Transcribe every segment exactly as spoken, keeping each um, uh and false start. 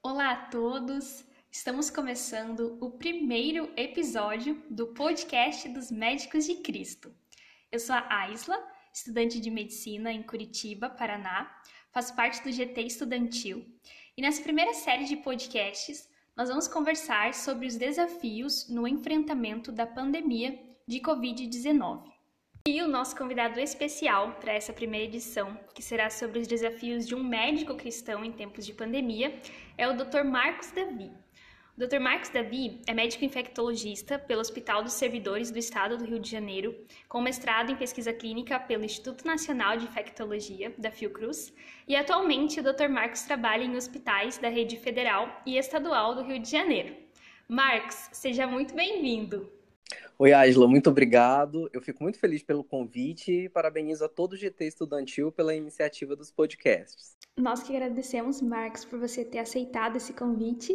Olá a todos! Estamos começando o primeiro episódio do podcast dos Médicos de Cristo. Eu sou a Aisla, estudante de medicina em Curitiba, Paraná, faço parte do G T estudantil e nessa primeira série de podcasts nós vamos conversar sobre os desafios no enfrentamento da pandemia de covid dezenove. E o nosso convidado especial para essa primeira edição, que será sobre os desafios de um médico cristão em tempos de pandemia, é o doutor Marcos Davi. O doutor Marcos Davi é médico infectologista pelo Hospital dos Servidores do Estado do Rio de Janeiro, com mestrado em pesquisa clínica pelo Instituto Nacional de Infectologia, da Fiocruz, e atualmente o doutor Marcos trabalha em hospitais da rede federal e estadual do Rio de Janeiro. Marcos, seja muito bem-vindo! Oi, Aisla, muito obrigado. Eu fico muito feliz pelo convite e parabenizo a todo o G T estudantil pela iniciativa dos podcasts. Nós que agradecemos, Marcos, por você ter aceitado esse convite.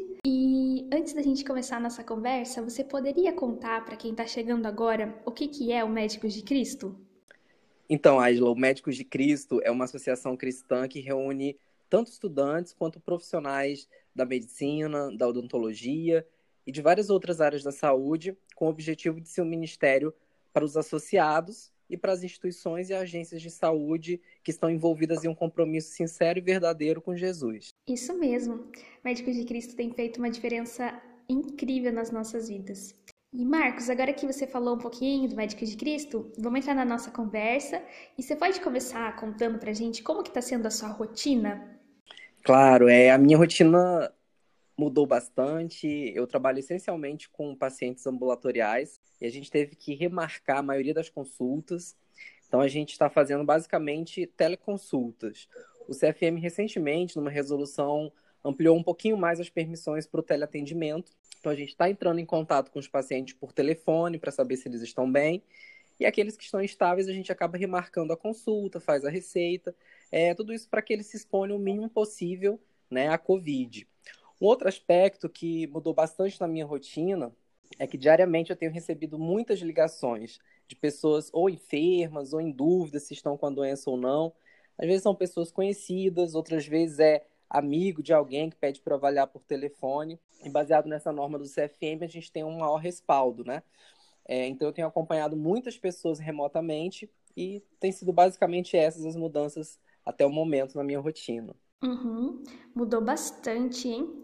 E antes da gente começar a nossa conversa, você poderia contar para quem está chegando agora o que, que é o Médicos de Cristo? Então, Aisla, o Médicos de Cristo é uma associação cristã que reúne tanto estudantes quanto profissionais da medicina, da odontologia e de várias outras áreas da saúde, com o objetivo de ser um ministério para os associados e para as instituições e agências de saúde que estão envolvidas em um compromisso sincero e verdadeiro com Jesus. Isso mesmo. Médicos de Cristo tem feito uma diferença incrível nas nossas vidas. E Marcos, agora que você falou um pouquinho do Médicos de Cristo, vamos entrar na nossa conversa e você pode começar contando pra gente como que está sendo a sua rotina? Claro, é, a minha rotina mudou bastante. Eu trabalho essencialmente com pacientes ambulatoriais e a gente teve que remarcar a maioria das consultas. Então, a gente está fazendo basicamente teleconsultas. O C F M, recentemente, numa resolução, ampliou um pouquinho mais as permissões para o teleatendimento. Então, a gente está entrando em contato com os pacientes por telefone para saber se eles estão bem. E aqueles que estão instáveis, a gente acaba remarcando a consulta, faz a receita. É, tudo isso para que eles se exponham o mínimo possível, né, à Covid. Um outro aspecto que mudou bastante na minha rotina é que diariamente eu tenho recebido muitas ligações de pessoas ou enfermas ou em dúvida se estão com a doença ou não. Às vezes são pessoas conhecidas, outras vezes é amigo de alguém que pede para avaliar por telefone. E baseado nessa norma do C F M, a gente tem um maior respaldo, né? É, então eu tenho acompanhado muitas pessoas remotamente e tem sido basicamente essas as mudanças até o momento na minha rotina. Uhum, mudou bastante, hein?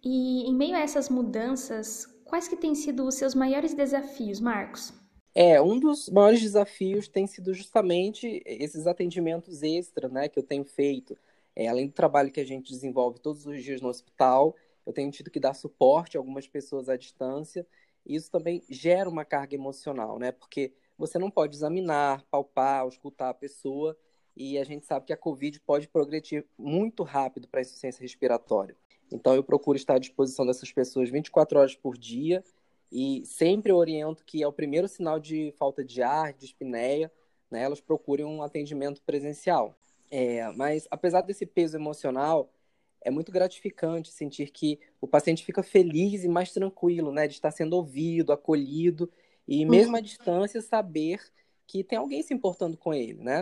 E em meio a essas mudanças, quais que têm sido os seus maiores desafios, Marcos? É, um dos maiores desafios tem sido justamente esses atendimentos extra, né, que eu tenho feito. É, além do trabalho que a gente desenvolve todos os dias no hospital, eu tenho tido que dar suporte a algumas pessoas à distância, e isso também gera uma carga emocional, né, porque você não pode examinar, palpar, escutar a pessoa, e a gente sabe que a Covid pode progredir muito rápido para a insuficiência respiratória. Então, eu procuro estar à disposição dessas pessoas vinte e quatro horas por dia, e sempre oriento que ao primeiro sinal de falta de ar, de espinéia, né, elas procurem um atendimento presencial. É, mas, apesar desse peso emocional, é muito gratificante sentir que o paciente fica feliz e mais tranquilo, né, de estar sendo ouvido, acolhido, e mesmo à distância saber que tem alguém se importando com ele, né?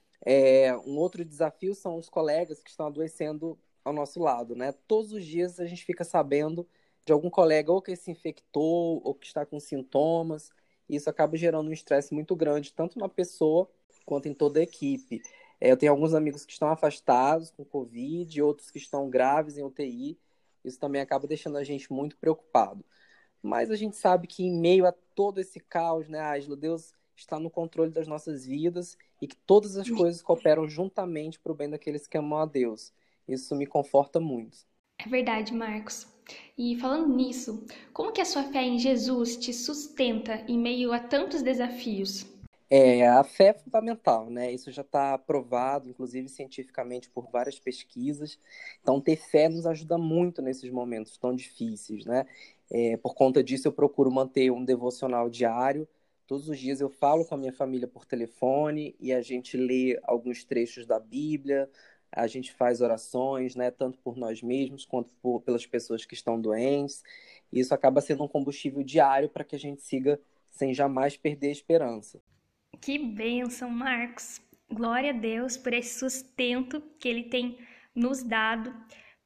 É, um outro desafio são os colegas que estão adoecendo ao nosso lado, né? Todos os dias a gente fica sabendo de algum colega ou que se infectou ou que está com sintomas, e isso acaba gerando um estresse muito grande, tanto na pessoa quanto em toda a equipe. É, eu tenho alguns amigos que estão afastados com Covid, outros que estão graves em U T I, isso também acaba deixando a gente muito preocupado. Mas a gente sabe que em meio a todo esse caos, né, Ângela, Deus está no controle das nossas vidas e que todas as coisas cooperam juntamente para o bem daqueles que amam a Deus. Isso me conforta muito. É verdade, Marcos. E falando nisso, como que a sua fé em Jesus te sustenta em meio a tantos desafios? É, a fé é fundamental, né? Isso já está provado, inclusive cientificamente, por várias pesquisas. Então, ter fé nos ajuda muito nesses momentos tão difíceis, né? É, por conta disso, eu procuro manter um devocional diário. Todos os dias eu falo com a minha família por telefone e a gente lê alguns trechos da Bíblia, a gente faz orações, né? Tanto por nós mesmos quanto por, pelas pessoas que estão doentes. E isso acaba sendo um combustível diário para que a gente siga sem jamais perder a esperança. Que bênção, Marcos! Glória a Deus por esse sustento que Ele tem nos dado,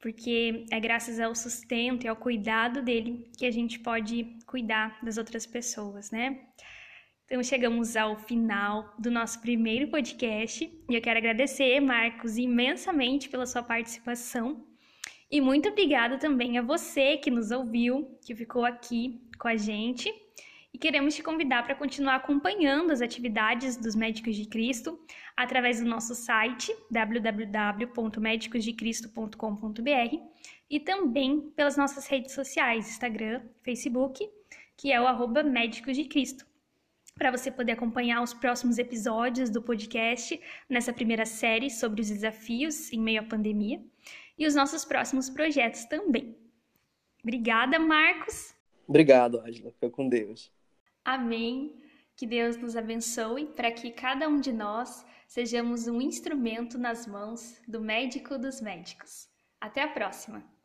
porque é graças ao sustento e ao cuidado dele que a gente pode cuidar das outras pessoas, né? Então chegamos ao final do nosso primeiro podcast e eu quero agradecer, Marcos, imensamente pela sua participação e muito obrigada também a você que nos ouviu, que ficou aqui com a gente. E queremos te convidar para continuar acompanhando as atividades dos Médicos de Cristo através do nosso site w w w ponto médicos de cristo ponto com ponto b r e também pelas nossas redes sociais, Instagram, Facebook, que é o arroba Médicos de Cristo, para você poder acompanhar os próximos episódios do podcast nessa primeira série sobre os desafios em meio à pandemia e os nossos próximos projetos também. Obrigada, Marcos! Obrigado, Ângela. Fica com Deus. Amém. Que Deus nos abençoe para que cada um de nós sejamos um instrumento nas mãos do médico dos médicos. Até a próxima!